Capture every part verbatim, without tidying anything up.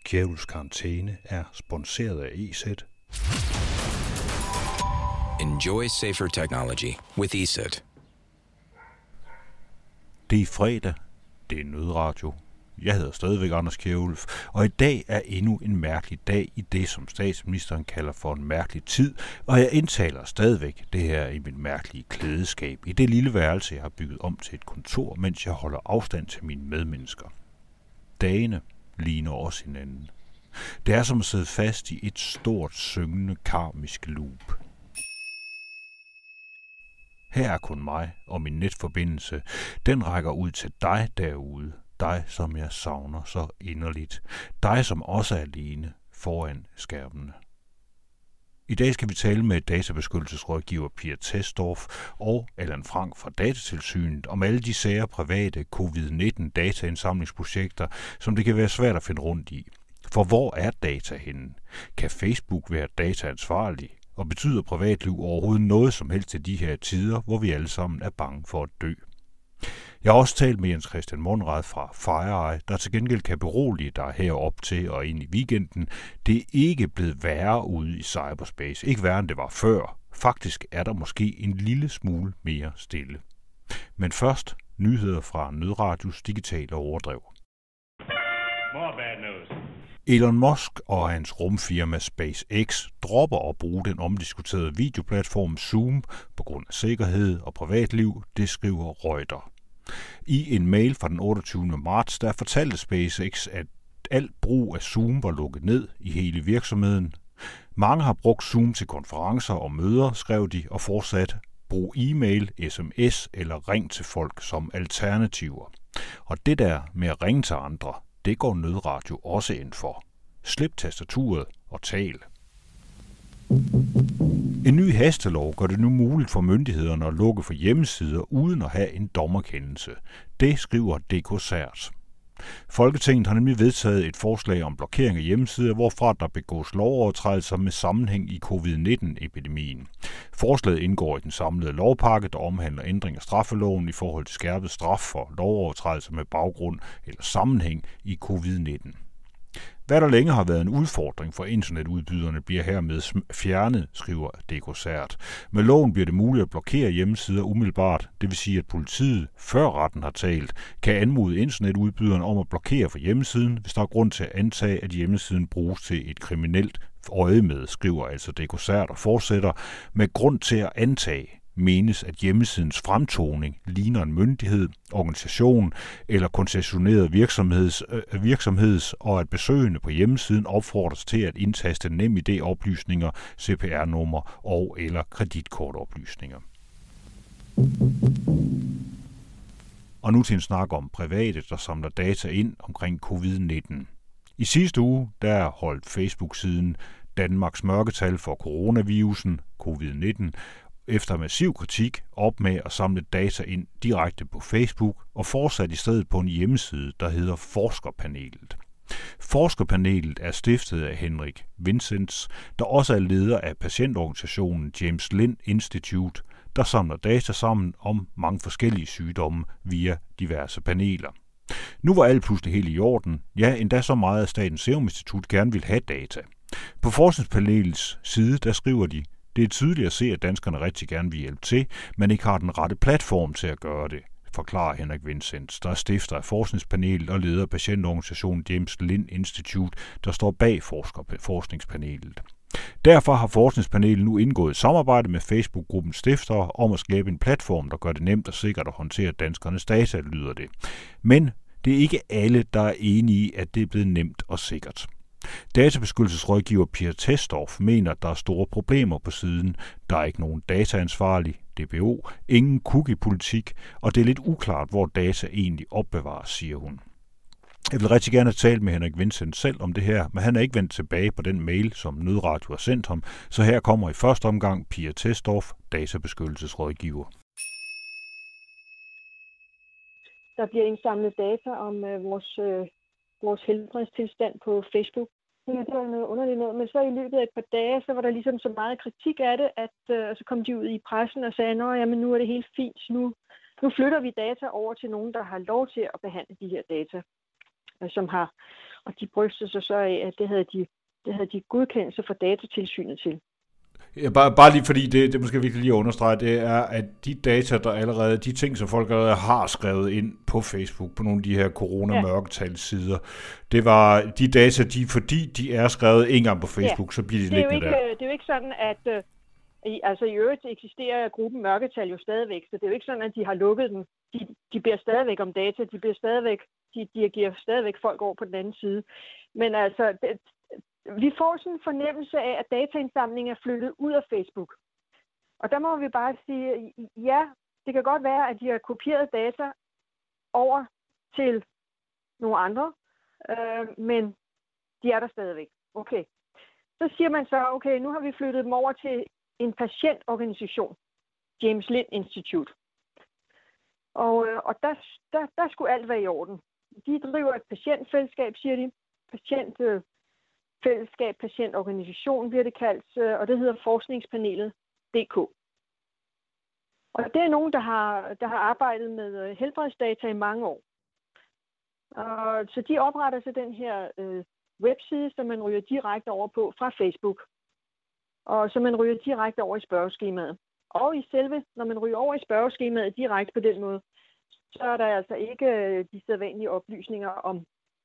Kjævels karantæne er sponsoreret af E Z. Enjoy safer technology with E Z. Det er fredag. Det er nødradio. Jeg hedder stadigvæk Anders Kjævels, og i dag er endnu en mærkelig dag i det, som statsministeren kalder for en mærkelig tid, og jeg indtaler stadigvæk det her i mit mærkelige klædeskab, i det lille værelse, jeg har bygget om til et kontor, mens jeg holder afstand til mine medmennesker. Dagene ligner også hinanden. Det er som at sidde fast i et stort, syngende, karmisk loop. Her er kun mig og min netforbindelse. Den rækker ud til dig derude. Dig, som jeg savner så inderligt. Dig, som også er alene foran skærmene. I dag skal vi tale med databeskyttelsesrådgiver Pia Tesdorf og Allan Frank fra Datatilsynet om alle de sære private covid nitten dataindsamlingsprojekter, som det kan være svært at finde rundt i. For hvor er data henne? Kan Facebook være dataansvarlig? Og betyder privatliv overhovedet noget som helst til de her tider, hvor vi alle sammen er bange for at dø? Jeg har også talt med Jens Christian Monrad fra FireEye, der til gengæld kan berolige dig herop til og ind i weekenden. Det er ikke blevet værre ude i cyberspace. Ikke værre end det var før. Faktisk er der måske en lille smule mere stille. Men først nyheder fra Nødradios digitale overdrev. More bad news. Elon Musk og hans rumfirma SpaceX dropper at bruge den omdiskuterede videoplatform Zoom på grund af sikkerhed og privatliv, det skriver Reuters. I en mail fra den otteogtyvende marts, der fortalte SpaceX, at al brug af Zoom var lukket ned i hele virksomheden. Mange har brugt Zoom til konferencer og møder, skrev de, og fortsat brug e-mail, sms eller ring til folk som alternativer. Og det der med at ringe til andre, det går Nødradio også ind for. Slip tastaturet og tal. En ny hastelov gør det nu muligt for myndighederne at lukke for hjemmesider uden at have en dommerkendelse. Det skriver D K Sært. Folketinget har nemlig vedtaget et forslag om blokering af hjemmesider, hvorfra der begås lovovertrædelser med sammenhæng i covid nitten epidemien. Forslaget indgår i den samlede lovpakke, der omhandler ændring af straffeloven i forhold til skærpet straf for lovovertrædelser med baggrund eller sammenhæng i covid nitten. Hvad der længe har været en udfordring for internetudbyderne bliver hermed fjernet, skriver D K Sært. Med loven bliver det muligt at blokere hjemmesider umiddelbart, det vil sige at politiet, før retten har talt, kan anmode internetudbyderne om at blokere for hjemmesiden, hvis der er grund til at antage, at hjemmesiden bruges til et kriminelt øjemed, skriver altså D K Sært og fortsætter. Med grund til at antage menes, at hjemmesidens fremtoning ligner en myndighed, organisation eller koncessioneret virksomheds, øh, virksomheds og at besøgende på hjemmesiden opfordres til at indtaste NemID-oplysninger, C P R-nummer og eller kreditkortoplysninger. Og nu til en snak om private, der samler data ind omkring covid nitten. I sidste uge der holdt Facebook-siden Danmarks mørketal for coronavirusen, covid nitten, efter massiv kritik op med at samle data ind direkte på Facebook og fortsat i stedet på en hjemmeside, der hedder Forskerpanelet. Forskerpanelet er stiftet af Henrik Vincents, der også er leder af patientorganisationen James Lind Institute, der samler data sammen om mange forskellige sygdomme via diverse paneler. Nu var alt pludselig helt i orden, ja endda så meget, at Statens Serum Institut gerne vil have data. På forskningspanelets side, der skriver de, det er tydeligt at se, at danskerne rigtig gerne vil hjælpe til, men ikke har den rette platform til at gøre det, forklarer Henrik Vincent, der er stifter af forskningspanelet og leder af patientorganisationen James Lind Institute, der står bag forskningspanelet. Derfor har forskningspanelet nu indgået et samarbejde med Facebook-gruppens stiftere om at skabe en platform, der gør det nemt og sikkert at håndtere danskernes data, lyder det. Men det er ikke alle, der er enige i, at det er blevet nemt og sikkert. Databeskyttelsesrådgiver Pia Tesdorf mener, at der er store problemer på siden. Der er ikke nogen dataansvarlig, D B O, ingen cookie-politik, og det er lidt uklart, hvor data egentlig opbevares, siger hun. Jeg vil rigtig gerne tale med Henrik Vincent selv om det her, men han er ikke vendt tilbage på den mail, som Nødradio har sendt ham, så her kommer i første omgang Pia Tesdorf, databeskyttelsesrådgiver. Der bliver indsamlet data om øh, vores, øh, vores helbredstilstand på Facebook. Det var noget underligt noget, men så i løbet af et par dage, så var der ligesom så meget kritik af det, at øh, så kom de ud i pressen og sagde, nå jamen nu er det helt fint, nu, nu flytter vi data over til nogen, der har lov til at behandle de her data, øh, som har Og de brystede sig så af, at det havde de, det havde de godkendelse fra Datatilsynet til. Ja, bare, bare lige fordi, det, det er måske vigtigt lige at understrege, det er, at de data, der allerede, de ting, som folk allerede har skrevet ind på Facebook, på nogle af de her corona-mørketalssider, det var de data, de, fordi de er skrevet en gang på Facebook, ja, så bliver de liggende ikke, der. Det er jo ikke sådan, at øh, i, altså i øvrigt eksisterer gruppen mørketal jo stadigvæk, så det er jo ikke sådan, at de har lukket dem. De, de bliver stadigvæk om data, de bliver stadigvæk, de dirigerer stadigvæk folk over på den anden side. Men altså, det, vi får sådan en fornemmelse af, at dataindsamling er flyttet ud af Facebook. Og der må vi bare sige, ja, det kan godt være, at de har kopieret data over til nogle andre, øh, men de er der stadigvæk. Okay. Så siger man så, okay, nu har vi flyttet dem over til en patientorganisation, James Lind Institute. Og, øh, og der, der, der skulle alt være i orden. De driver et patientfællesskab, siger de. Patient... Øh, Fællesskab, patientorganisation bliver det kaldt, og det hedder Forskningspanelet punktum d k. Og det er nogen, der har, der har arbejdet med helbredsdata i mange år. Og så de opretter så den her øh, webside, som man ryger direkte over på fra Facebook. Og så man ryger direkte over i spørgeskemaet. Og i selve, når man ryger over i spørgeskemaet direkte på den måde, så er der altså ikke øh, de sædvanlige oplysninger om,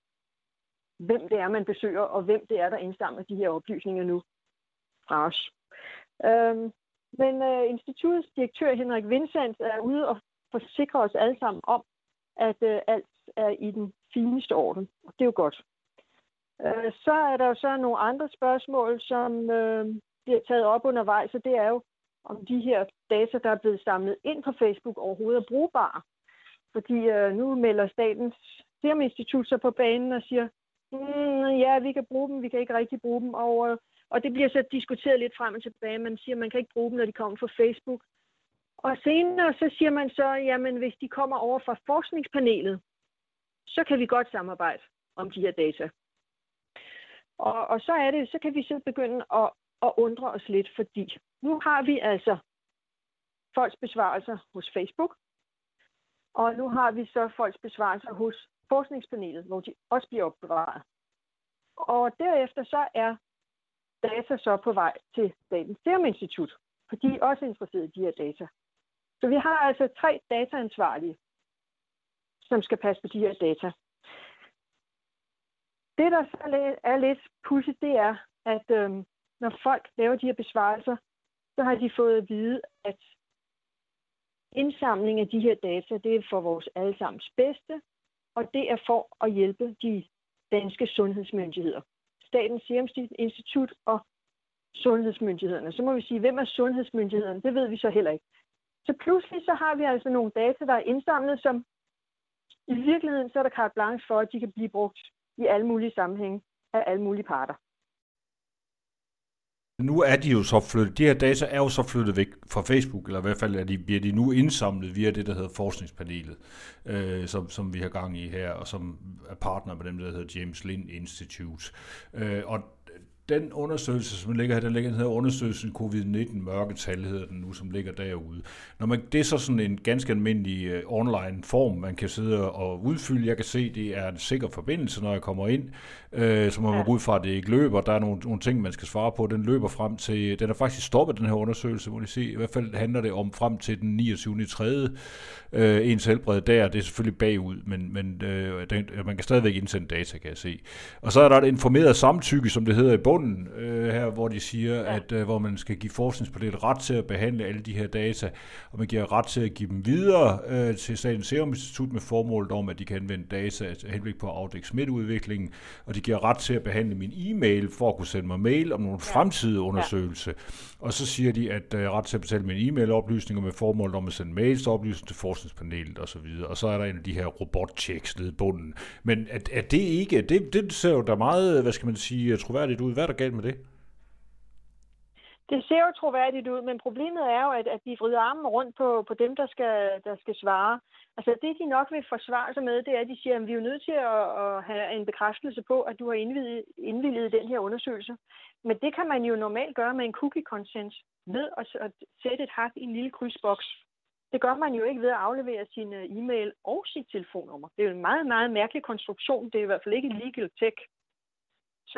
hvem det er, man besøger, og hvem det er, der indsamler de her oplysninger nu fra os. Øhm, men øh, instituttets direktør Henrik Vincent er ude og forsikre os alle sammen om, at øh, alt er i den fineste orden. Og det er jo godt. Øh, så er der jo så nogle andre spørgsmål, som øh, bliver taget op undervejs, og det er jo, om de her data, der er blevet samlet ind på Facebook, overhovedet er brugbare. Fordi øh, nu melder Statens Serum Institut sig på banen og siger, Mm, ja, vi kan bruge dem, vi kan ikke rigtig bruge dem, og, øh, og det bliver så diskuteret lidt frem og tilbage. Man siger, at man kan ikke bruge dem, når de kommer fra Facebook. Og senere så siger man så, jamen hvis de kommer over fra forskningspanelet, så kan vi godt samarbejde om de her data. Og, og så er det, så kan vi så begynde at, at undre os lidt, fordi nu har vi altså folks besvarelser hos Facebook, og nu har vi så folks besvarelser hos forskningspanelet, hvor de også bliver opbevaret. Og derefter så er data så på vej til Statens Serum Institut, for de er også interesseret i de her data. Så vi har altså tre dataansvarlige, som skal passe på de her data. Det, der så er lidt pudsigt, det er, at øhm, når folk laver de her besvarelser, så har de fået at vide, at indsamling af de her data, det er for vores allesammens bedste, og det er for at hjælpe de danske sundhedsmyndigheder. Statens Serum Institut og sundhedsmyndighederne. Så må vi sige, hvem er sundhedsmyndighederne? Det ved vi så heller ikke. Så pludselig så har vi altså nogle data, der er indsamlet, som i virkeligheden så er der carte blanche for, at de kan blive brugt i alle mulige sammenhænge af alle mulige parter. Nu er de jo så flyttet, de her data er jo så flyttet væk fra Facebook, eller i hvert fald er de, bliver de nu indsamlet via det, der hedder Forskningspanelet, øh, som, som vi har gang i her, og som er partner med dem, der hedder James Lind Institute. Øh, og den undersøgelse, som ligger her, den ligger, den hedder undersøgelsen covid nitten mørketal, hedder den nu, som ligger derude. Når man, det er så sådan en ganske almindelig uh, online form, man kan sidde og udfylde. Jeg kan se, det er en sikker forbindelse, når jeg kommer ind, uh, så må man gå ud fra, at det ikke løber. Der er nogle, nogle ting, man skal svare på. Den løber frem til, den er faktisk stoppet, den her undersøgelse, må I se. I hvert fald handler det om frem til den niogtyvende tredje Uh, ens helbred der, det er selvfølgelig bagud, men, men uh, den, man kan stadigvæk indsende data, kan jeg se. Og så er der et informeret samtykke, som det hedder i bunden, øh, her, hvor de siger, ja. at øh, hvor man skal give forskningspanelet ret til at behandle alle de her data, og man giver ret til at give dem videre øh, til Statens Serum Institut med formålet om, at de kan anvende data til henblik på at afdække smitteudviklingen, og de giver ret til at behandle min e-mail for at kunne sende mig mail om nogle ja. fremtidige undersøgelser. Ja. Og så siger de, at øh, ret til at betale mine e-mail-oplysninger med formålet om at sende mails til oplysninger til forskningspanelet osv. Og, og så er der en af de her robot-checks nede i bunden. Men er, er det ikke, det, det ser jo da meget, hvad skal man sige, troværdigt ud. Hvad er der galt med det? Det ser jo troværdigt ud, men problemet er jo, at, at de vrider armen rundt på, på dem, der skal, der skal svare. Altså det, de nok vil forsvare sig med, det er, at de siger, at vi er jo nødt til at, at have en bekræftelse på, at du har indvilliget, indvilliget den her undersøgelse. Men det kan man jo normalt gøre med en cookie consent ved at, at sætte et hak i en lille krydsboks. Det gør man jo ikke ved at aflevere sin e-mail og sit telefonnummer. Det er jo en meget, meget mærkelig konstruktion. Det er i hvert fald ikke legal tech. Så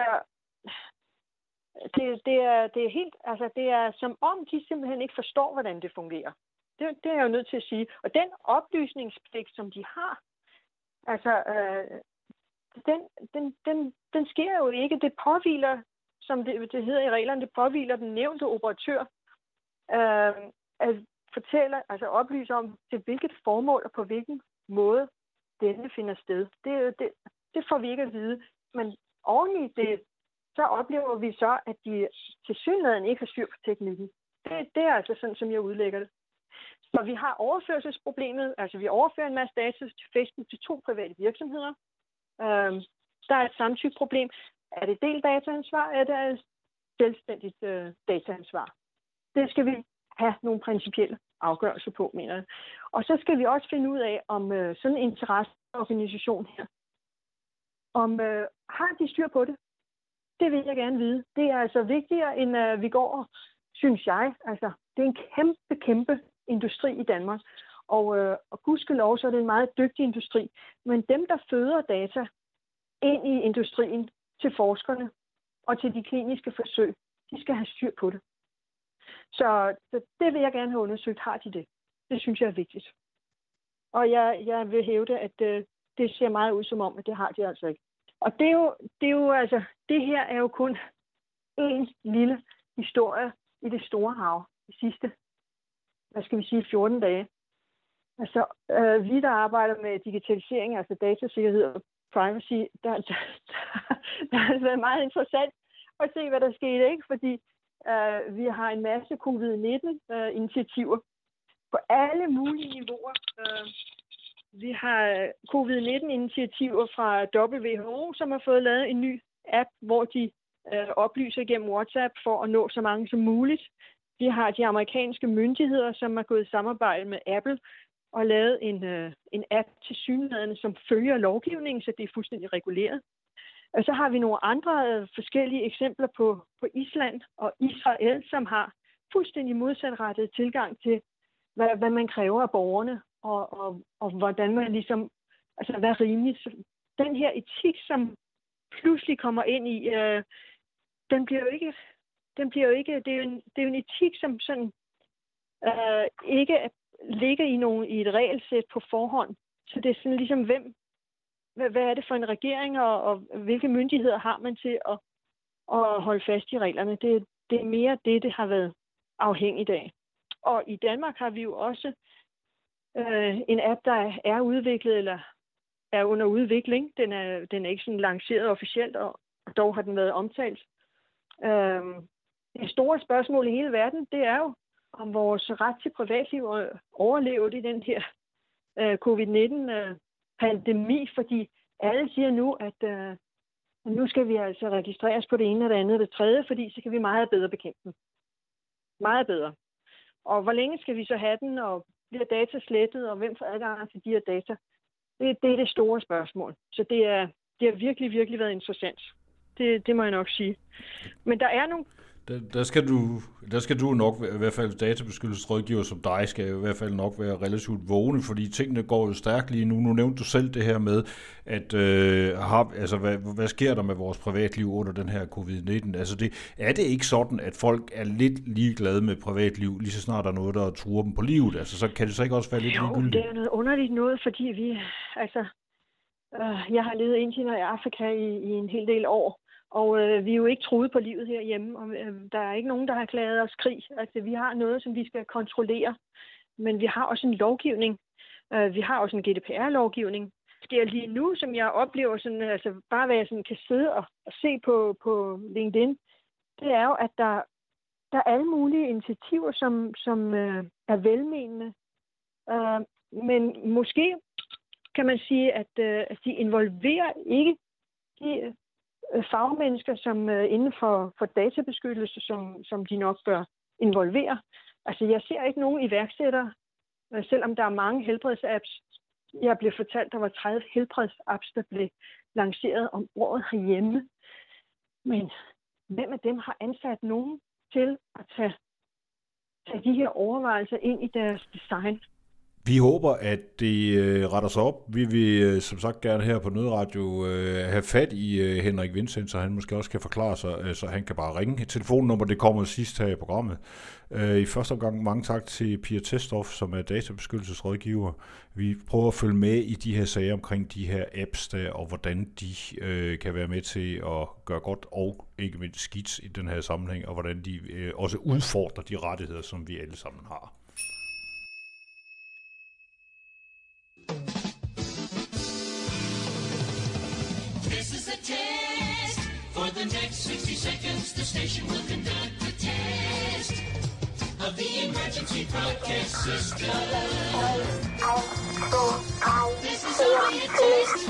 det, det, er, det er helt, altså det er som om, de simpelthen ikke forstår, hvordan det fungerer. Det, det er jeg jo nødt til at sige. Og den oplysningspligt, som de har, altså, øh, den, den, den, den sker jo ikke. Det påhviler, som det, det hedder i reglerne, det påhviler den nævnte operatør, øh, at fortælle, altså oplyse om, til hvilket formål og på hvilken måde denne finder sted. Det, det, det får vi ikke at vide. Men oven i det, så oplever vi så, at de tilsyneladende ikke har styr på teknikken. Det, det er altså sådan, som jeg udlægger det. Så vi har overførselsproblemet, altså vi overfører en masse data til Facebook til to private virksomheder. Øhm, der er et samtykkeproblem. Er det del dataansvar, eller er det selvstændigt øh, dataansvar? Det skal vi have nogle principielle afgørelser på, mener jeg. Og så skal vi også finde ud af, om øh, sådan en interesseorganisation her, om øh, har de styr på det? Det vil jeg gerne vide. Det er altså vigtigere, end øh, vi går, synes jeg. Altså, det er en kæmpe, kæmpe industri i Danmark. Og, øh, og gudskelov, så er det en meget dygtig industri. Men dem, der føder data ind i industrien til forskerne og til de kliniske forsøg, de skal have styr på det. Så, så det vil jeg gerne have undersøgt. Har de det? Det synes jeg er vigtigt. Og jeg, jeg vil hævde, at øh, det ser meget ud som om, at det har de altså ikke. Og det er jo, det er jo altså, det her er jo kun en lille historie i det store hav de sidste, hvad skal vi sige, fjorten dage. Altså, øh, vi der arbejder med digitalisering, altså datasikkerhed og privacy, der, der, der, der har været meget interessant at se, hvad der skete, ikke? Fordi øh, vi har en masse covid nitten initiativer på alle mulige niveauer. Øh, vi har covid nitten initiativer fra W H O, som har fået lavet en ny app, hvor de øh, oplyser gennem WhatsApp for at nå så mange som muligt. Vi har de amerikanske myndigheder, som har gået i samarbejde med Apple og lavet en, øh, en app til synligheden, som følger lovgivningen, så det er fuldstændig reguleret. Og så har vi nogle andre øh, forskellige eksempler på, på Island og Israel, som har fuldstændig modsatrettet tilgang til, hvad, hvad man kræver af borgerne, og, og, og hvordan man ligesom, altså hvad er rimeligt. Så den her etik, som pludselig kommer ind i, øh, den bliver jo ikke, den bliver jo ikke, det er jo en, det er jo en etik, som sådan øh, ikke ligger i, nogle, i et regelsæt på forhånd. Så det er sådan ligesom, hvem, hvad, hvad er det for en regering, og, og hvilke myndigheder har man til at, at holde fast i reglerne. Det, det er mere det, det har været afhængigt af. Og i Danmark har vi jo også øh, en app, der er udviklet, eller er under udvikling. Den er, den er ikke sådan lanceret officielt, og dog har den været omtalt. Øh, det store spørgsmål i hele verden, det er jo, om vores ret til privatliv overlever i den her øh, covid nitten pandemi, fordi alle siger nu, at øh, nu skal vi altså registreres på det ene og det andet og det tredje, fordi så kan vi meget bedre bekæmpe den. Meget bedre. Og hvor længe skal vi så have den, og bliver data slettet, og hvem får adgang til de her data? Det, det er det store spørgsmål. Så det, er, det har virkelig, virkelig været interessant. Det, det må jeg nok sige. Men der er nogle... Der, der, skal du, der skal du nok, i hvert fald databeskyttelsesrådgiver som dig, skal i hvert fald nok være relativt vågne, fordi tingene går jo stærkt lige nu. Nu nævnte du selv det her med, at øh, har, altså, hvad, hvad sker der med vores privatliv under den her covid nitten? Altså det, er det ikke sådan, at folk er lidt ligeglade med privatliv, lige så snart der er noget, der truer dem på livet? Altså så kan det så ikke også være lidt ligegyldigt? Jo, det er noget underligt noget, fordi vi, altså, øh, jeg har levet i Indien og i Afrika i, i en hel del år. Og øh, vi er jo ikke truet på livet herhjemme, og øh, der er ikke nogen, der har erklæret os krig. Altså, vi har noget, som vi skal kontrollere, men vi har også en lovgivning. Øh, vi har også en G D P R-lovgivning. Det er lige nu, som jeg oplever, sådan, altså bare hvad jeg sådan kan sidde og, og se på, på LinkedIn, det er jo, at der, der er alle mulige initiativer, som, som øh, er velmenende. Øh, men måske kan man sige, at, øh, at de involverer ikke de fagmennesker, som uh, inden for, for databeskyttelse, som, som de nok bør involvere. Altså, jeg ser ikke nogen iværksættere, uh, selvom der er mange helbredsapps. Jeg blev fortalt, der var tredive helbredsapps, der blev lanceret om året herhjemme. Men hvem af dem har ansat nogen til at tage, tage de her overvejelser ind i deres design? Vi håber, at det øh, retter sig op. Vi vil øh, som sagt gerne her på Nødradio øh, have fat i øh, Henrik Vincent, så han måske også kan forklare sig, øh, så han kan bare ringe. Telefonnummer, det kommer sidst her i programmet. Øh, I første omgang mange tak til Pia Testoff, som er databeskyttelsesrådgiver. Vi prøver at følge med i de her sager omkring de her apps der, og hvordan de øh, kan være med til at gøre godt og ikke mindst skidt i den her sammenhæng, og hvordan de øh, også udfordrer de rettigheder, som vi alle sammen har. For the next sixty seconds, the station will conduct a test of the emergency broadcast system. This is only a test.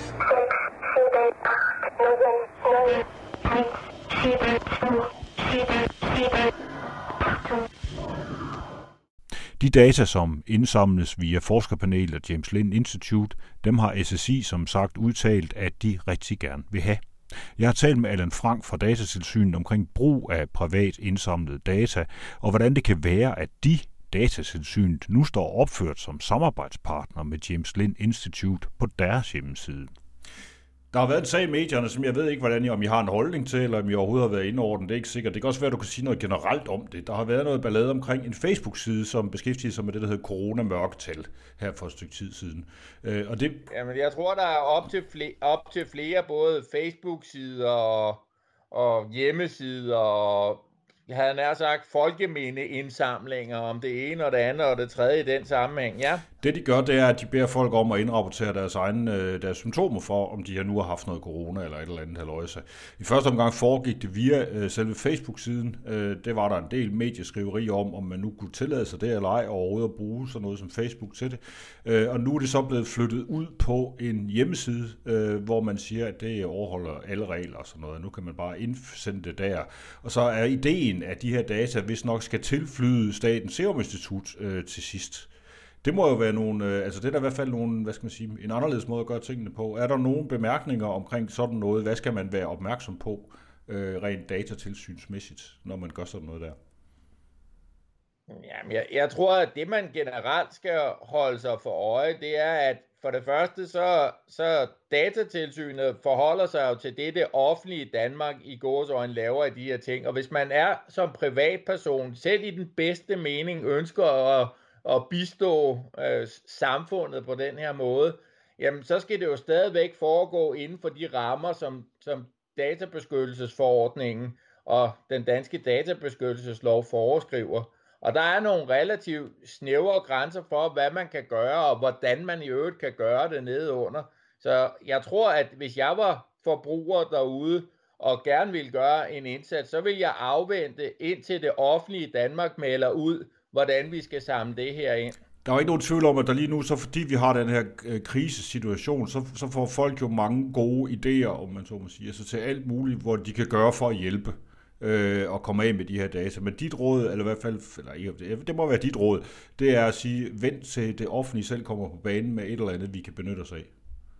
De data, som indsamles via forskerpanelet og James Lind Institute, dem har S S I som sagt udtalt, at de rigtig gerne vil have. Jeg har talt med Allan Frank fra Datatilsynet omkring brug af privat indsamlede data, og hvordan det kan være, at de, Datatilsynet, nu står opført som samarbejdspartner med James Lind Institute på deres hjemmeside. Der har været en sag i medierne, som jeg ved ikke, hvordan I, om I har en holdning til, eller om I overhovedet har været inde over den. Det er ikke sikkert. Det kan også være, at du kan sige noget generelt om det. Der har været noget ballade omkring en Facebook-side, som beskæftiger sig med det, der hedder corona-mørketal, her for et stykke tid siden. Øh, og det... Jamen, jeg tror, der er op til flere, op til flere både Facebook-sider og, og hjemmesider og, jeg havde nær sagt, folkeminde-indsamlinger om det ene og det andet og det tredje i den sammenhæng, ja. Det de gør, det er, at de beder folk om at indrapportere deres egne deres symptomer for, om de har nu har haft noget corona eller et eller andet haløjse. I første omgang foregik det via øh, selve Facebook-siden. Øh, det var der en del medieskriveri om, om man nu kunne tillade sig det eller ej, og overhovedet at bruge sådan noget som Facebook til det. Øh, og nu er det så blevet flyttet ud på en hjemmeside, øh, hvor man siger, at det overholder alle regler og sådan noget. Nu kan man bare indsende det der. Og så er ideen, at de her data vist nok skal tilflyde Statens Serum Institut øh, til sidst. Det må jo være nogle, altså det er der i hvert fald nogle, hvad skal man sige, en anderledes måde at gøre tingene på. Er der nogle bemærkninger omkring sådan noget? Hvad skal man være opmærksom på øh, rent datatilsynsmæssigt, når man gør sådan noget der? Jamen, jeg, jeg tror, at det man generelt skal holde sig for øje, det er, at for det første, så, så Datatilsynet forholder sig jo til det, det offentlige Danmark i gåseøjne laver af de her ting. Og hvis man er som privatperson, selv i den bedste mening, ønsker at og bistå øh, samfundet på den her måde, jamen så skal det jo stadigvæk foregå inden for de rammer, som, som databeskyttelsesforordningen og den danske databeskyttelseslov foreskriver. Og der er nogle relativt snævre grænser for, hvad man kan gøre, og hvordan man i øvrigt kan gøre det nede under. Så jeg tror, at hvis jeg var forbruger derude, og gerne ville gøre en indsats, så vil jeg afvente indtil det offentlige Danmark melder ud, hvordan vi skal samle det her ind. Der er ikke nogen tvivl om, at der lige nu, så fordi vi har den her øh, krisesituation, så, så får folk jo mange gode idéer, om man så må sige, altså til alt muligt, hvor de kan gøre for at hjælpe øh, og komme af med de her data. Men dit råd, eller i hvert fald, eller, det må være dit råd, det er at sige, vent til det offentlige selv kommer på banen med et eller andet, vi kan benytte os af.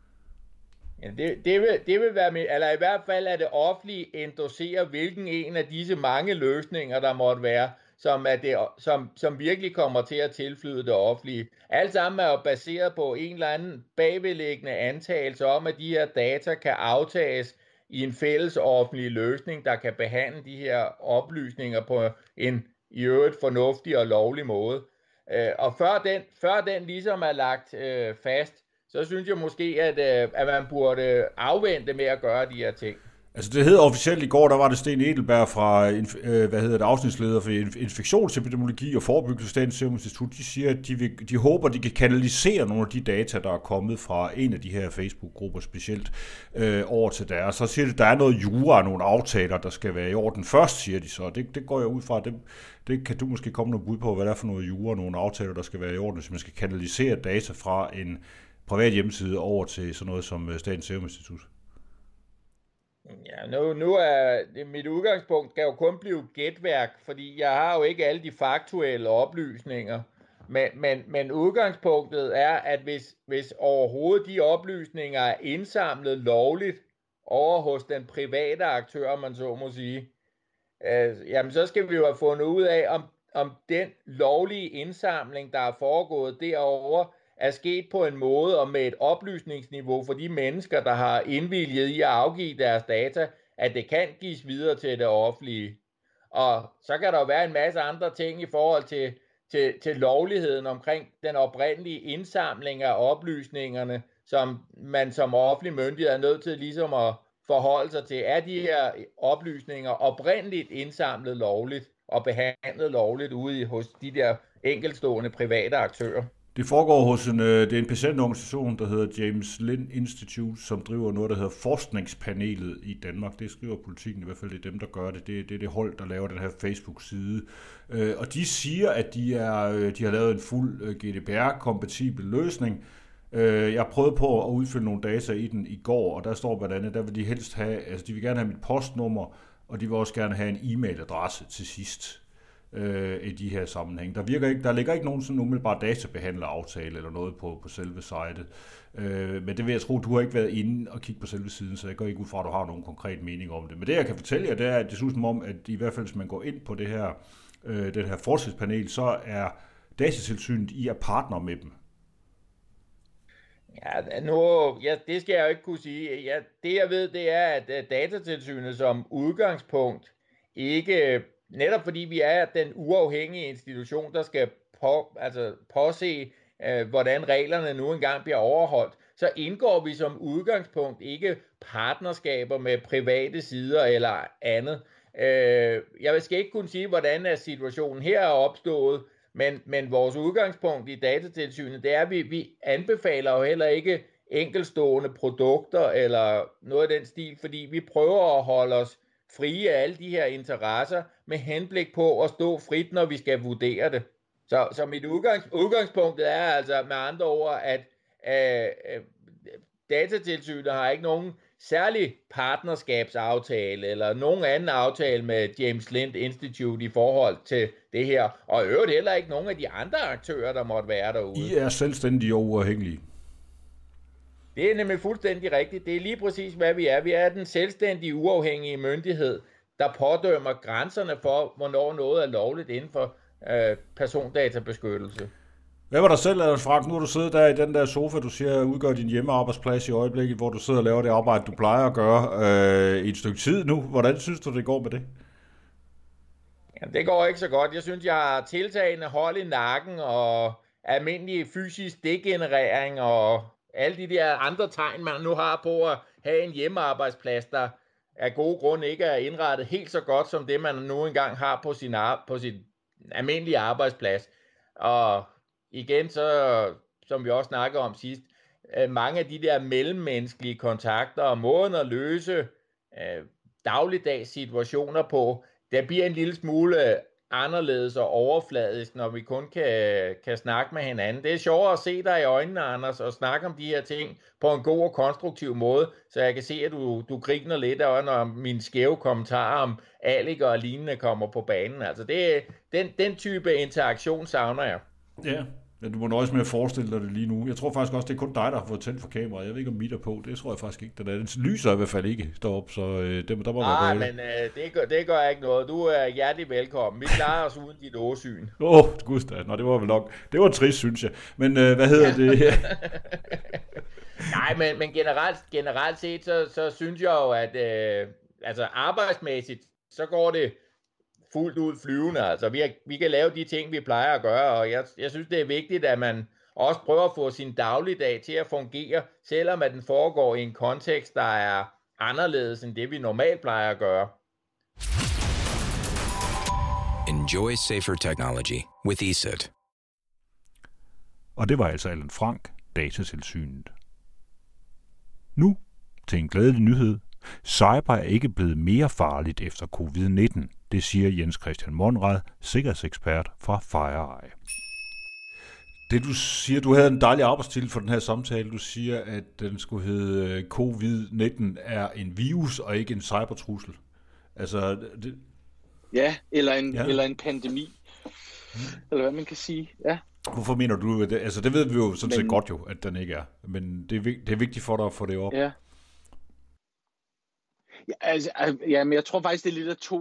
Ja, det, det, vil, det vil være med, eller i hvert fald at det offentlige endosserer, hvilken en af disse mange løsninger, der måtte være, som, er det, som, som virkelig kommer til at tilflyde det offentlige. Alt sammen er jo baseret på en eller anden bagvedliggende antagelse om, at de her data kan aftages i en fælles offentlig løsning, der kan behandle de her oplysninger på en i øvrigt fornuftig og lovlig måde. Og før den, før den ligesom er lagt øh, fast, så synes jeg måske, at, øh, at man burde afvente med at gøre de her ting. Altså det hedder officielt i går, der var det Sten Edelberg fra, øh, hvad hedder det, afsnitsleder for infektionsepidemiologi og forebyggelse Statens Serum Institut. De siger, at de, vil, de håber, de kan kanalisere nogle af de data, der er kommet fra en af de her Facebook-grupper specielt øh, over til deres. Så siger de, at der er noget jura, nogle aftaler, der skal være i orden først, siger de så. Det, det går jeg ud fra. Det, det kan du måske komme noget bud på, hvad der er for noget jura, nogle aftaler, der skal være i orden, hvis man skal kanalisere data fra en privat hjemmeside over til sådan noget som Statens Serum Institut. Ja, nu, nu er det, mit udgangspunkt skal jo kun blive gætværk, fordi jeg har jo ikke alle de faktuelle oplysninger. Men, men, men udgangspunktet er, at hvis, hvis overhovedet de oplysninger er indsamlet lovligt over hos den private aktør, man så må sige, øh, jamen så skal vi jo have fundet ud af, om, om den lovlige indsamling, der er foregået derovre, er sket på en måde og med et oplysningsniveau for de mennesker, der har indvilget i at afgive deres data, at det kan gives videre til det offentlige. Og så kan der jo være en masse andre ting i forhold til, til, til lovligheden omkring den oprindelige indsamling af oplysningerne, som man som offentlig myndighed er nødt til ligesom at forholde sig til. Er de her oplysninger oprindeligt indsamlet lovligt og behandlet lovligt ude hos de der enkeltstående private aktører? Det foregår hos en, det er en patientorganisation, der hedder James Lind Institute, som driver noget, der hedder Forskningspanelet i Danmark. Det skriver Politikken, i hvert fald det er dem, der gør det. Det, det er det hold, der laver den her Facebook-side. Og de siger, at de, er, de har lavet en fuld G D P R-kompatibel løsning. Jeg prøvede på at udfylde nogle data i den i går, og der står blandt andet, der vil de helst have, altså de vil gerne have mit postnummer, og de vil også gerne have en e-mailadresse til sidst. I de her sammenhæng. Der, virker ikke, der ligger ikke nogen sådan umiddelbar databehandleraftale eller noget på, på selve sitet. Øh, men det vil jeg tro, du har ikke været inde og kigge på selve siden, så jeg går ikke ud fra, at du har nogen konkret mening om det. Men det, jeg kan fortælle jer, det er, at det synes som om, at i hvert fald, hvis man går ind på det her, øh, det her forskningspanel, så er Datatilsynet, I er partner med dem. Ja, nu, ja, det skal jeg jo ikke kunne sige. Ja, det jeg ved, det er, at Datatilsynet som udgangspunkt ikke... Netop fordi vi er den uafhængige institution, der skal på, altså påse, øh, hvordan reglerne nu engang bliver overholdt, så indgår vi som udgangspunkt ikke partnerskaber med private sider eller andet. Øh, jeg skal ikke kunne sige, hvordan er situationen her er opstået, men, men vores udgangspunkt i Datatilsynet, det er, at vi, vi anbefaler jo heller ikke enkeltstående produkter eller noget af den stil, fordi vi prøver at holde os frie af alle de her interesser, med henblik på at stå frit, når vi skal vurdere det. Så, så mit udgangs, udgangspunkt er altså med andre ord, at øh, Datatilsynet har ikke nogen særlig partnerskabsaftale, eller nogen anden aftale med James Lind Institute i forhold til det her, og i øvrigt heller ikke nogen af de andre aktører, der måtte være derude. I er selvstændige og uafhængige. Det er nemlig fuldstændig rigtigt. Det er lige præcis, hvad vi er. Vi er den selvstændige, uafhængige myndighed, der pådømmer grænserne for, hvornår noget er lovligt inden for øh, persondatabeskyttelse. Hvad var der selv, Frank? Nu har du siddet der i den der sofa, du siger, udgør din hjemmearbejdsplads i øjeblikket, hvor du sidder og laver det arbejde, du plejer at gøre øh, i et stykke tid nu. Hvordan synes du, det går med det? Jamen, det går ikke så godt. Jeg synes, jeg har tiltagende hold i nakken og almindelig fysisk degenerering og alle de der andre tegn, man nu har på at have en hjemmearbejdsplads, der af gode grunde ikke er indrettet helt så godt, som det man nu engang har på sin, på sin almindelige arbejdsplads. Og igen, så, som vi også snakkede om sidst, mange af de der mellemmenneskelige kontakter og måden at løse øh, dagligdags situationer på, der bliver en lille smule anderledes og overfladisk, når vi kun kan, kan snakke med hinanden. Det er sjovere at se dig i øjnene, Anders, og snakke om de her ting på en god og konstruktiv måde, så jeg kan se, at du, du griner lidt af, når mine skæve kommentarer om Alec og lignende kommer på banen. Altså, det, den, den type interaktion savner jeg. Ja, ja, du må nøjes med at forestille dig det lige nu. Jeg tror faktisk også, det er kun dig, der har fået tændt for kameraet. Jeg ved ikke, om mit er på. Det tror jeg faktisk ikke. Den, er. Den lyser i hvert fald ikke deroppe, så øh, det, der må ah, være men øh, det, gør, det gør ikke noget. Du er hjertelig velkommen. Vi klarer os uden dit åsyn. Åh, oh, gudstad. Nå, det var vel nok. Det var trist, synes jeg. Men øh, hvad hedder ja. det? Nej, men, men generelt, generelt set, så, så synes jeg jo, at øh, altså arbejdsmæssigt, så går det fuldt ud flyvende. Altså, vi, er, vi kan lave de ting, vi plejer at gøre, og jeg, jeg synes, det er vigtigt, at man også prøver at få sin dagligdag til at fungere, selvom at den foregår i en kontekst, der er anderledes end det, vi normalt plejer at gøre. Enjoy safer technology with E S E T. Og det var altså Allan Frank, Datatilsynet. Nu til en glædelig nyhed. Cyber er ikke blevet mere farligt efter covid nitten. Det siger Jens Christian Monrad, sikkerhedsekspert fra FireEye. Det du siger, du havde en dejlig arbejdstitel for den her samtale. Du siger, at den skulle hedde covid nitten er en virus og ikke en cybertrussel. Altså, det... Ja, eller en, ja. eller en pandemi. Hmm. Eller hvad man kan sige, ja. Hvorfor mener du det? Altså, det ved vi jo sådan men... set godt jo, at den ikke er. Men det er, det er vigtigt for dig at få det op. Ja. Ja, altså, ja, men jeg tror faktisk, det er lidt af to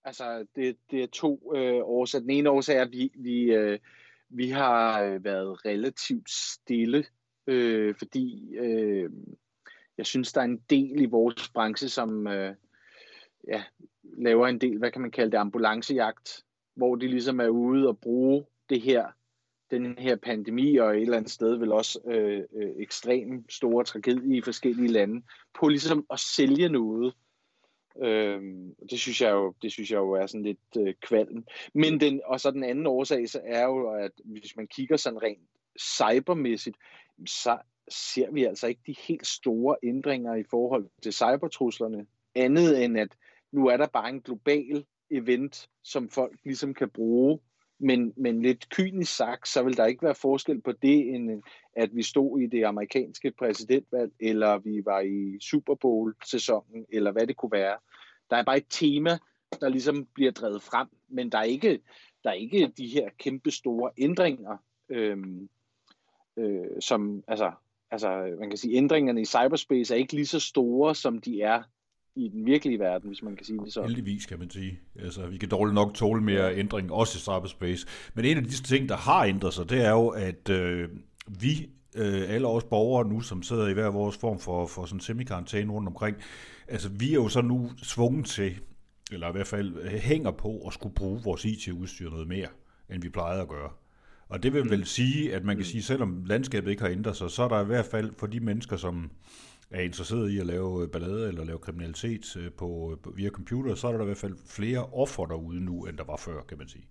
Altså, det, det er to øh, årsager. Den ene årsag er, at vi, vi, øh, vi har været relativt stille, øh, fordi øh, jeg synes, der er en del i vores branche, som øh, ja, laver en del, hvad kan man kalde det, ambulancejagt, hvor de ligesom er ude og bruge det her, den her pandemi, og et eller andet sted vel også øh, øh, ekstremt store tragedier i forskellige lande, på ligesom at sælge noget. Øhm, det synes jeg jo, det synes jeg jo er sådan lidt øh, kvalm. Men den, og så den anden årsag, så er jo, at hvis man kigger sådan rent cybermæssigt, så ser vi altså ikke de helt store ændringer i forhold til cybertruslerne. Andet end at nu er der bare en global event, som folk ligesom kan bruge. Men, men lidt kynisk sagt, så vil der ikke være forskel på det, end at vi stod i det amerikanske præsidentvalg, eller vi var i Super Bowl-sæsonen, eller hvad det kunne være. Der er bare et tema, der ligesom bliver drevet frem, men der er ikke, der er ikke de her kæmpe store ændringer, øhm, øh, som, altså, altså, man kan sige, ændringerne i cyberspace er ikke lige så store, som de er i den virkelige verden, hvis man kan sige det sådan. Heldigvis, kan man sige. Altså, vi kan dårligt nok tåle mere ændring, også i cyberspace. Men en af de ting, der har ændret sig, det er jo, at øh, vi, øh, alle os borgere nu, som sidder i hver vores form for, for sådan semi-karantæne rundt omkring, altså, vi er jo så nu svunget til, eller i hvert fald hænger på, at skulle bruge vores I T-udstyr noget mere, end vi plejede at gøre. Og det vil vel sige, at man kan sige, selvom landskabet ikke har ændret sig, så er der i hvert fald for de mennesker, som er interesseret i at lave ballade eller lave kriminalitet på, via computer, så er der i hvert fald flere offer derude nu, end der var før, kan man sige.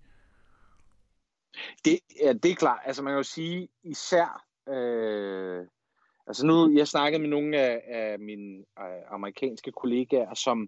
Det, ja, det er klart. Altså man kan jo sige, især, øh, altså nu, jeg snakkede med nogle af, af mine øh, amerikanske kollegaer, som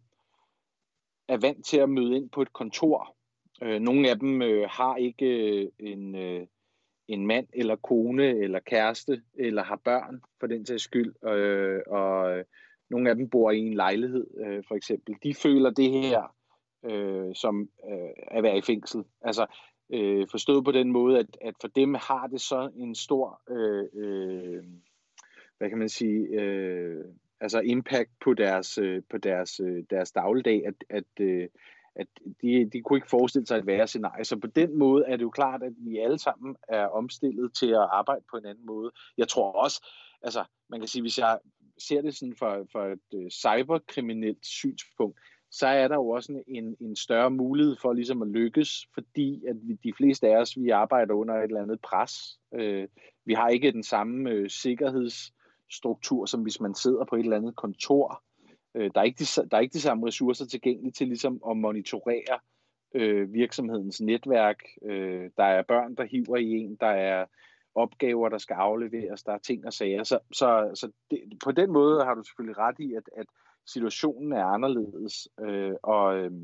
er vant til at møde ind på et kontor. Øh, nogle af dem øh, har ikke øh, en... Øh, en mand eller kone eller kæreste eller har børn for den sags skyld, øh, og nogle af dem bor i en lejlighed øh, for eksempel. De føler det her øh, som øh, at være i fængsel. Altså øh, forstået på den måde, at, at for dem har det så en stor øh, øh, hvad kan man sige øh, altså impact på deres øh, på deres øh, deres dagligdag, at at øh, at de, de kunne ikke forestille sig et værre scenarie. Så på den måde er det jo klart, at vi alle sammen er omstillet til at arbejde på en anden måde. Jeg tror også, altså man kan sige, hvis jeg ser det sådan for, for et cyberkriminelt synspunkt, så er der jo også en, en større mulighed for ligesom at lykkes, fordi at vi, de fleste af os, vi arbejder under et eller andet pres. Øh, vi har ikke den samme øh, sikkerhedsstruktur, som hvis man sidder på et eller andet kontor. Der er, ikke de, der er ikke de samme ressourcer tilgængelige til ligesom at monitorere øh, virksomhedens netværk. Øh, der er børn, der hiver i en, der er opgaver, der skal afleveres, der er ting og sager. Så, så, så det, på den måde har du selvfølgelig ret i, at, at situationen er anderledes. Øh, og, øh,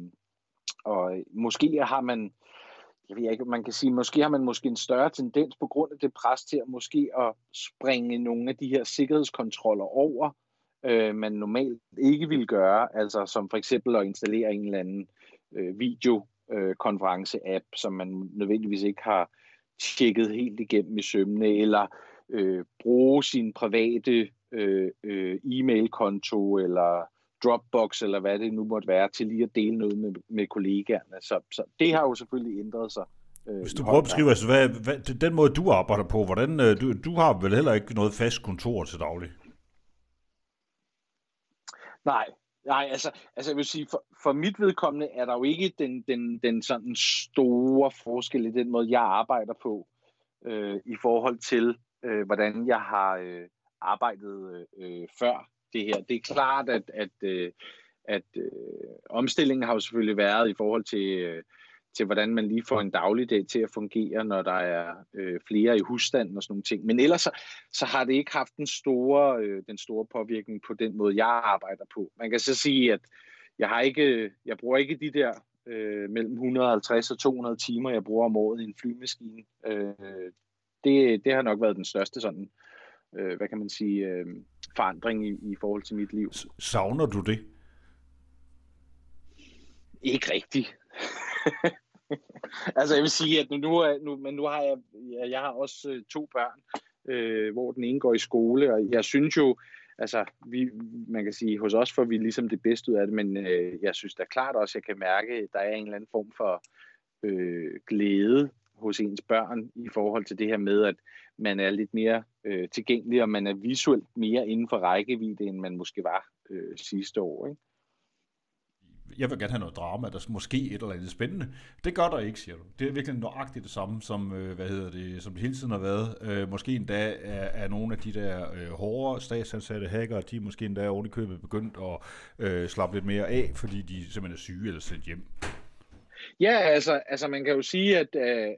og måske har man, jeg ved ikke, man kan sige, måske har man måske en større tendens på grund af det pres til at måske at springe nogle af de her sikkerhedskontroller over, Øh, man normalt ikke vil gøre, altså som for eksempel at installere en eller anden øh, videokonference-app, øh, som man nødvendigvis ikke har tjekket helt igennem i sømmene, eller øh, bruge sin private øh, øh, e-mail-konto, eller Dropbox, eller hvad det nu måtte være, til lige at dele noget med, med kollegaerne. Så, så det har jo selvfølgelig ændret sig. Øh, Hvis du prøver at beskrive, altså, hvad, hvad, den måde du arbejder på, hvordan, øh, du, du har vel heller ikke noget fast kontor til daglig? Nej, nej, altså, altså jeg vil sige, for, for mit vedkommende er der jo ikke den, den, den sådan store forskel i den måde, jeg arbejder på, øh, i forhold til, øh, hvordan jeg har øh, arbejdet øh, før det her. Det er klart, at, at, øh, at øh, omstillingen har jo selvfølgelig været i forhold til, øh, til, hvordan man lige får en dagligdag til at fungere, når der er øh, flere i husstanden og sådan nogle ting. Men ellers så, så har det ikke haft den store, øh, den store påvirkning på den måde, jeg arbejder på. Man kan så sige, at jeg har ikke, jeg bruger ikke de der øh, mellem et hundrede og halvtreds og to hundrede timer, jeg bruger om året i en flymaskine. Øh, det, det har nok været den største sådan, øh, hvad kan man sige, øh, forandring i, i forhold til mit liv. Savner du det? Ikke rigtigt. Altså jeg vil sige, at nu, nu, nu, men nu har jeg, jeg har også to børn, øh, hvor den ene går i skole, og jeg synes jo, altså, vi, man kan sige, hos os får vi ligesom det bedste ud af det, men øh, jeg synes da klart også, at jeg kan mærke, at der er en eller anden form for øh, glæde hos ens børn i forhold til det her med, at man er lidt mere øh, tilgængelig, og man er visuelt mere inden for rækkevidde, end man måske var øh, sidste år, ikke? Jeg vil gerne have noget drama, der måske et eller andet spændende. Det gør der ikke, siger du. Det er virkelig nøjagtigt det samme, som, øh, hvad hedder det, som det hele tiden har været. Øh, måske endda er, er nogle af de der øh, hårde statsansatte hackere, de er måske endda oven i købet begyndt at øh, slappe lidt mere af, fordi de simpelthen er syge eller sendt hjem. Ja, altså, altså man kan jo sige, at øh,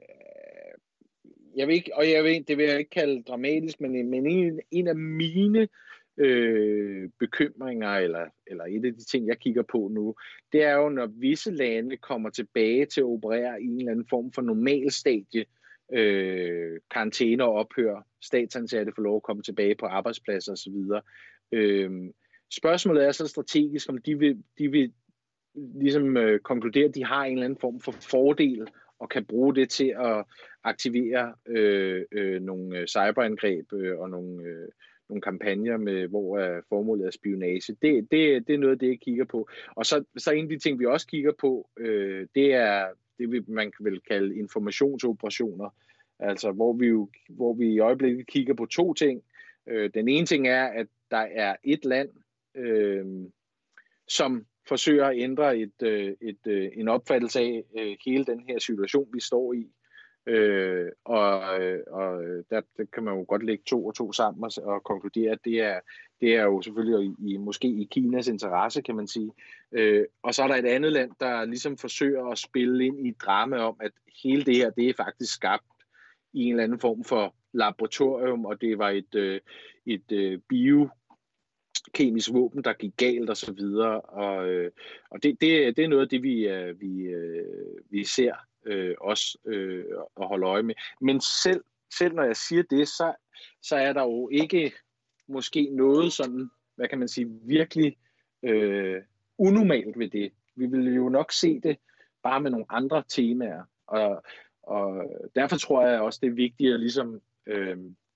jeg vil ikke, og jeg ved, det vil jeg ikke kalde dramatisk, men, men en, en af mine øh, bekymringer, eller, eller et af de ting, jeg kigger på nu, det er jo, når visse lande kommer tilbage til at operere i en eller anden form for normal stadie, øh, karantæne og ophør, statsansatte får lov at komme tilbage på arbejdspladser osv. Øh, spørgsmålet er så strategisk, om de vil, de vil ligesom øh, konkludere, at de har en eller anden form for fordel, og kan bruge det til at aktivere øh, øh, nogle cyberangreb øh, og nogle, øh, nogle kampagner, med, hvor øh, formålet er spionage. Det, det, det er noget af det, jeg kigger på. Og så, så en af de ting, vi også kigger på, øh, det er det, man kan vel kalde informationsoperationer. Altså, hvor vi, jo, hvor vi i øjeblikket kigger på to ting. Øh, den ene ting er, at der er et land, øh, som forsøger at ændre et, et, et, en opfattelse af øh, hele den her situation, vi står i. Øh, og og der, der kan man jo godt lægge to og to sammen og, og konkludere, at det er, det er jo selvfølgelig i, måske i Kinas interesse, kan man sige. Øh, og så er der et andet land, der ligesom forsøger at spille ind i et drama om, at hele det her, det er faktisk skabt i en eller anden form for laboratorium, og det var et, et, et bio kemisk våben, der gik galt og så videre, og, øh, og det, det, det er noget af det, vi, øh, vi, øh, vi ser øh, også øh, at holde øje med. Men selv, selv når jeg siger det, så, så er der jo ikke måske noget sådan, hvad kan man sige, virkelig øh, unormalt ved det. Vi vil jo nok se det bare med nogle andre temaer, og, og derfor tror jeg også, det er vigtigt at ligesom øh,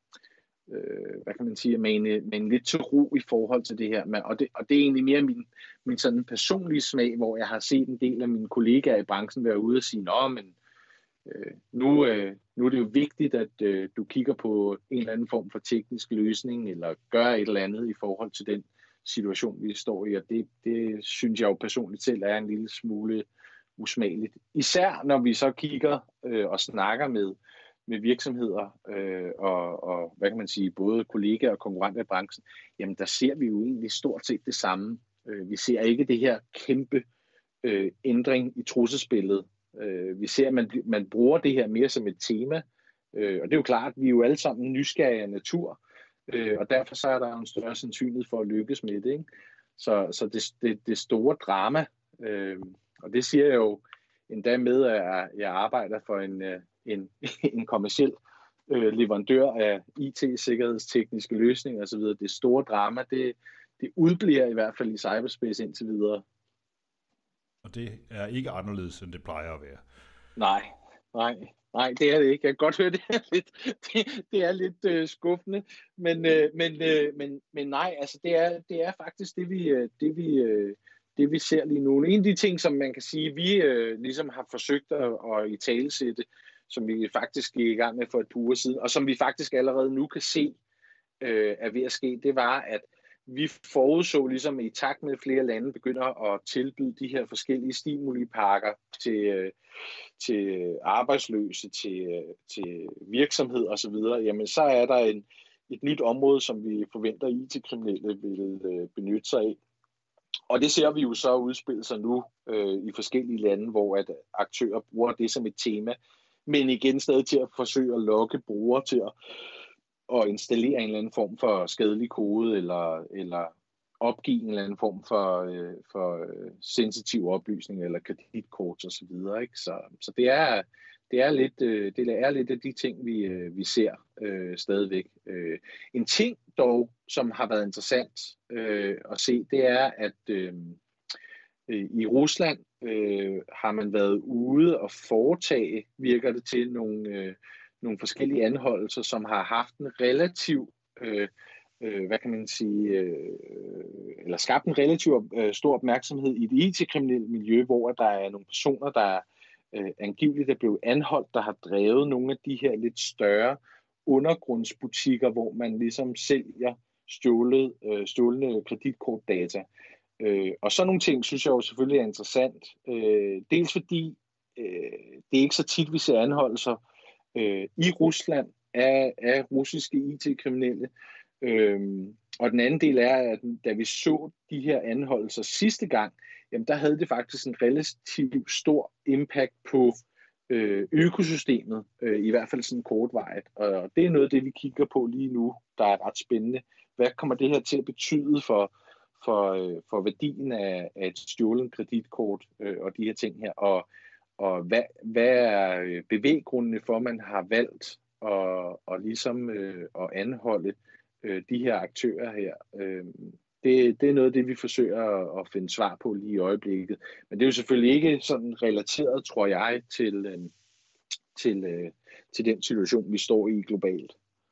Øh, hvad kan man sige, med en, med en lidt til ro i forhold til det her. Men, og, det, og det er egentlig mere min, min sådan personlige smag, hvor jeg har set en del af mine kollegaer i branchen være ude og sige, nå, men øh, nu, øh, nu er det jo vigtigt, at øh, du kigger på en eller anden form for teknisk løsning, eller gør et eller andet i forhold til den situation, vi står i. Og det, det synes jeg jo personligt selv er en lille smule usmageligt. Især når vi så kigger øh, og snakker med med virksomheder øh, og, og, hvad kan man sige, både kollegaer og konkurrenter i branchen, jamen der ser vi jo egentlig stort set det samme. Øh, vi ser ikke det her kæmpe øh, ændring i trusselsbilledet. Øh, vi ser, at man, man bruger det her mere som et tema, øh, og det er jo klart, at vi er jo alle sammen nysgerrige af natur, øh, og derfor så er der en større sandsynlighed for at lykkes med det, ikke? Så, så det, det, det store drama, øh, og det siger jeg jo endda med, at jeg arbejder for en En, en kommerciel øh, leverandør af I T-sikkerhedstekniske løsninger osv. Det store drama, det, det udbliver i hvert fald i cyberspace indtil videre. Og det er ikke anderledes, end det plejer at være. Nej, nej, nej, det er det ikke. Jeg kan godt høre, det er lidt, det, det er lidt øh, skuffende, men, øh, men, øh, men, men nej, altså det er, det er faktisk det, vi, det, vi, øh, det, vi ser lige nu. En af de ting, som man kan sige, vi øh, ligesom har forsøgt at, at italesætte, som vi faktisk gik i gang med for et par uger siden, og som vi faktisk allerede nu kan se øh, er ved at ske, det var, at vi forudså ligesom i takt med, at flere lande begynder at tilbyde de her forskellige stimulipakker til, øh, til arbejdsløse, til, øh, til virksomheder osv., jamen så er der en, et nyt område, som vi forventer I T-kriminelle vil øh, benytte sig af. Og det ser vi jo så udspille sig nu øh, i forskellige lande, hvor at aktører bruger det som et tema, men igen stadig til at forsøge at lokke brugere til at, at installere en eller anden form for skadelig kode, eller, eller opgive en eller anden form for, øh, for øh, sensitiv oplysning, eller kreditkort og så videre, ikke? Så, så det er, det er lidt, øh, det er lidt af de ting, vi, øh, vi ser øh, stadigvæk. Øh, en ting dog, som har været interessant øh, at se, det er, at øh, i Rusland øh, har man været ude og foretage, virker det til, nogle, øh, nogle forskellige anholdelser, som har haft en relativ øh, øh, hvad kan man sige, øh, eller skabt en relativt øh, stor opmærksomhed i det I T-kriminelle miljø, hvor der er nogle personer, der øh, angiveligt er blevet anholdt, der har drevet nogle af de her lidt større undergrundsbutikker, hvor man ligesom sælger stjålet, øh, stjålne kreditkortdata. Øh, og sådan nogle ting, synes jeg jo selvfølgelig er interessant. Øh, dels fordi øh, det er ikke så tit, vi ser anholdelser øh, i Rusland af, af russiske I T-kriminelle. Øh, og den anden del er, at da vi så de her anholdelser sidste gang, jamen der havde det faktisk en relativt stor impact på øh, økosystemet, øh, i hvert fald sådan kortvarigt. Og det er noget af det, vi kigger på lige nu, der er ret spændende. Hvad kommer det her til at betyde for For, øh, for værdien af, af et stjålet kreditkort øh, og de her ting her, og, og hvad, hvad er bevæggrundene for, at man har valgt at, og ligesom, øh, at anholde øh, de her aktører her. Øh, det, det er noget af det, vi forsøger at, at finde svar på lige i øjeblikket. Men det er jo selvfølgelig ikke sådan relateret, tror jeg, til, øh, til, øh, til den situation, vi står i globalt.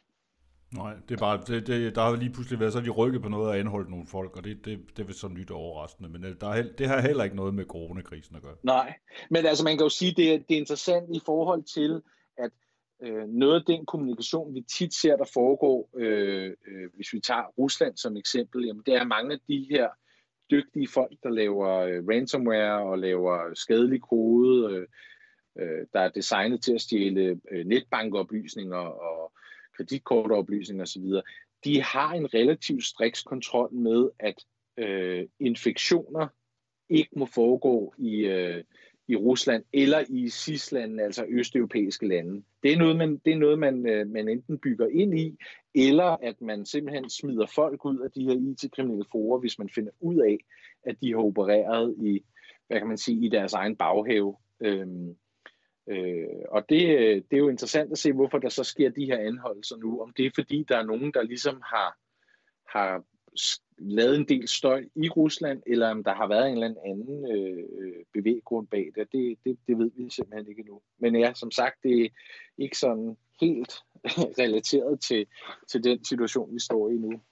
Nej, det er bare, det, det, der har lige pludselig været så, de rykket på noget og anholdt nogle folk, og det, det, det er sådan lidt overraskende, men der er, det har heller ikke noget med coronakrisen at gøre. Nej, men altså man kan jo sige, det er, det er interessant i forhold til, at øh, noget af den kommunikation, vi tit ser, der foregår, øh, øh, hvis vi tager Rusland som eksempel, jamen det er mange af de her dygtige folk, der laver øh, ransomware og laver skadelig kode, øh, der er designet til at stjæle øh, netbankoplysninger og kreditkortoplysninger osv., de har en relativt striks kontrol med, at øh, infektioner ikke må foregå i, øh, i Rusland eller i S I S-landene, altså østeuropæiske lande. Det er noget, man, det er noget man, øh, man enten bygger ind i, eller at man simpelthen smider folk ud af de her I T-kriminelle forer, hvis man finder ud af, at de har opereret i, hvad kan man sige, i deres egen baghave. Øhm, Øh, og det, det er jo interessant at se, hvorfor der så sker de her anholdelser nu. Om det er fordi, der er nogen, der ligesom har, har lavet en del støj i Rusland, eller om der har været en eller anden øh, bevæggrund bag det. Det, det. det ved vi simpelthen ikke endnu. Men ja, som sagt, det er ikke sådan helt relateret til, til den situation, vi står i nu.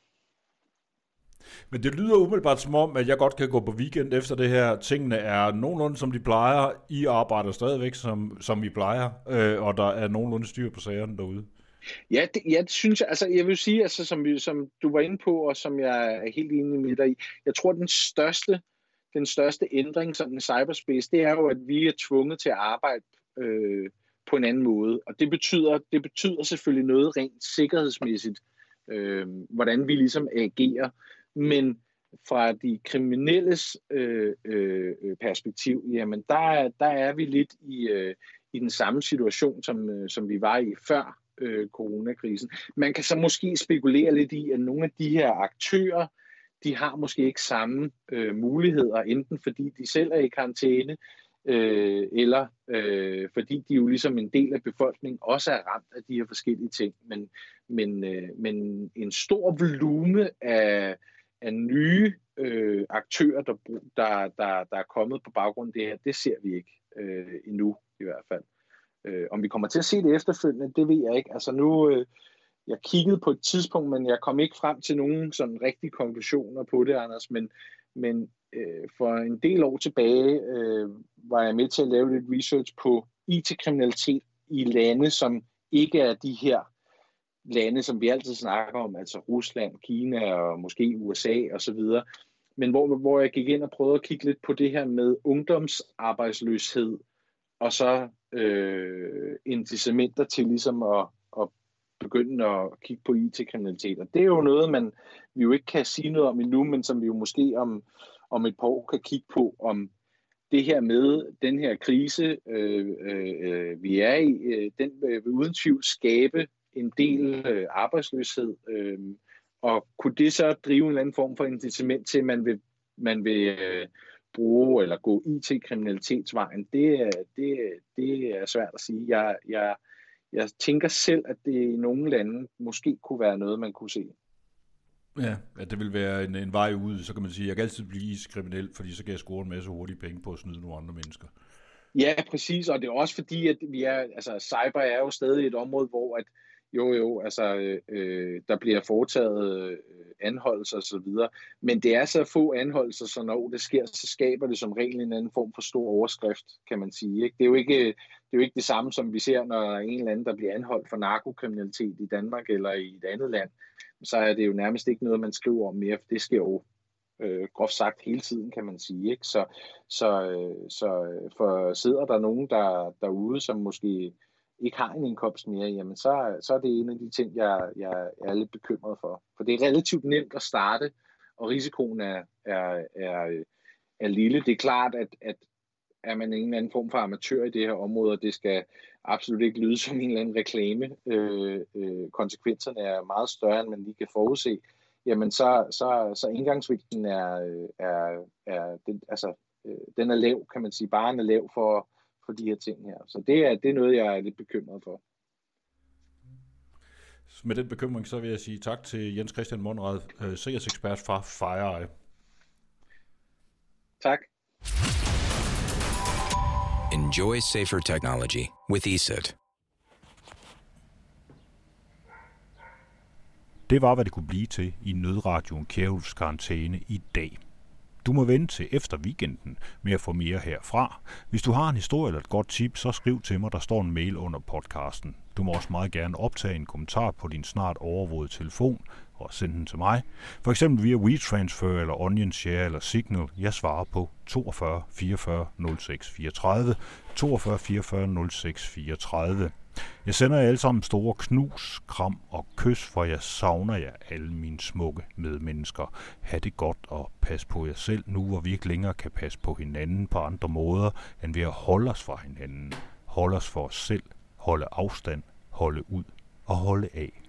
Men det lyder umiddelbart som om, at jeg godt kan gå på weekend efter det her. Tingene er nogenlunde, som de plejer. I arbejder stadigvæk, som, som I plejer, øh, og der er nogenlunde styr på sagerne derude. Ja, det, ja, det synes jeg. Altså, jeg vil sige, altså, som, vi, som du var inde på, og som jeg er helt enig med dig i, jeg tror, den største, den største ændring sådan i cyberspace, det er jo, at vi er tvunget til at arbejde øh, på en anden måde. Og det betyder, det betyder selvfølgelig noget rent sikkerhedsmæssigt, øh, hvordan vi ligesom agerer. Men fra de kriminelles øh, øh, perspektiv, jamen der, der er vi lidt i, øh, i den samme situation, som, øh, som vi var i før øh, coronakrisen. Man kan så måske spekulere lidt i, at nogle af de her aktører, de har måske ikke samme øh, muligheder, enten fordi de selv er i karantæne, øh, eller øh, fordi de jo ligesom en del af befolkningen også er ramt af de her forskellige ting. Men, men, øh, men en stor volume af af nye øh, aktører, der, der, der, der er kommet på baggrund af det her, det ser vi ikke øh, endnu i hvert fald. Øh, om vi kommer til at se det efterfølgende, det ved jeg ikke. Altså nu, øh, jeg kiggede på et tidspunkt, men jeg kom ikke frem til nogen sådan rigtige konklusioner på det, Anders, men, men øh, for en del år tilbage øh, var jeg med til at lave lidt research på I T-kriminalitet i lande, som ikke er de her lande, som vi altid snakker om, altså Rusland, Kina og måske U S A og så videre, men hvor, hvor jeg gik ind og prøvede at kigge lidt på det her med ungdomsarbejdsløshed og så øh, incitamenter til ligesom at, at begynde at kigge på I T-kriminalitet. Og det er jo noget, man vi jo ikke kan sige noget om endnu, men som vi jo måske om, om et par år kan kigge på, om det her med den her krise, øh, øh, vi er i, øh, den vil uden tvivl skabe en del øh, arbejdsløshed, øh, og kunne det så drive en eller anden form for incitament til, at man vil, man vil øh, bruge eller gå I T-kriminalitetsvejen, det, det, det er svært at sige. Jeg, jeg, jeg tænker selv, at det i nogle lande måske kunne være noget, man kunne se. Ja, at det vil være en, en vej ud, så kan man sige, at jeg kan altid blive kriminel, fordi så kan jeg score en masse hurtige penge på at snyde nogle andre mennesker. Ja, præcis, og det er også fordi, at vi er, altså cyber er jo stadig et område, hvor at Jo, jo, altså, øh, der bliver foretaget øh, anholdelser og så videre, men det er så få anholdelser, så når det sker, så skaber det som regel en anden form for stor overskrift, kan man sige. Ikke? Det er jo ikke, det er jo ikke det samme, som vi ser, når der er en eller anden, der bliver anholdt for narkokriminalitet i Danmark eller i et andet land. Så er det jo nærmest ikke noget, man skriver om mere, for det sker jo øh, groft sagt hele tiden, kan man sige. Ikke? Så, så, øh, så for sidder der nogen der derude, som måske ikke har en indkomst mere, jamen så, så er det en af de ting, jeg, jeg er lidt bekymret for. For det er relativt nemt at starte, og risikoen er, er, er, er lille. Det er klart, at, at er man en eller anden form for amatør i det her område, og det skal absolut ikke lyde som en eller anden reklame. Øh, øh, konsekvenserne er meget større, end man lige kan forudse. Jamen så, så, så indgangsvinklen er, er, er den, altså, øh, den er lav, kan man sige. Bare er lav for for de her ting her. Så det er, det er noget, jeg er lidt bekymret for. Med den bekymring, så vil jeg sige tak til Jens Christian Monrad, øh, sikkerhedsekspert fra FireEye. Tak. Enjoy safer technology with E S E T. Det var, hvad det kunne blive til i Nødradioen Kjærhulfs Karantæne i dag. Du må vente til efter weekenden med at få mere herfra. Hvis du har en historie eller et godt tip, så skriv til mig, der står en mail under podcasten. Du må også meget gerne optage en kommentar på din snart overvågede telefon og sende den til mig. For eksempel via WeTransfer eller OnionShare eller Signal. Jeg svarer på toogfyrre fireogfyrre nul seks fireogtredive, toogfyrre fireogfyrre nul seks fireogtredive. Jeg sender jer alle sammen store knus, kram og kys, for jeg savner jer alle mine smukke medmennesker. Ha' det godt og pas på jer selv nu, hvor vi ikke længere kan passe på hinanden på andre måder, end ved at holde os fra hinanden. Holde os for os selv, holde afstand, holde ud og holde af.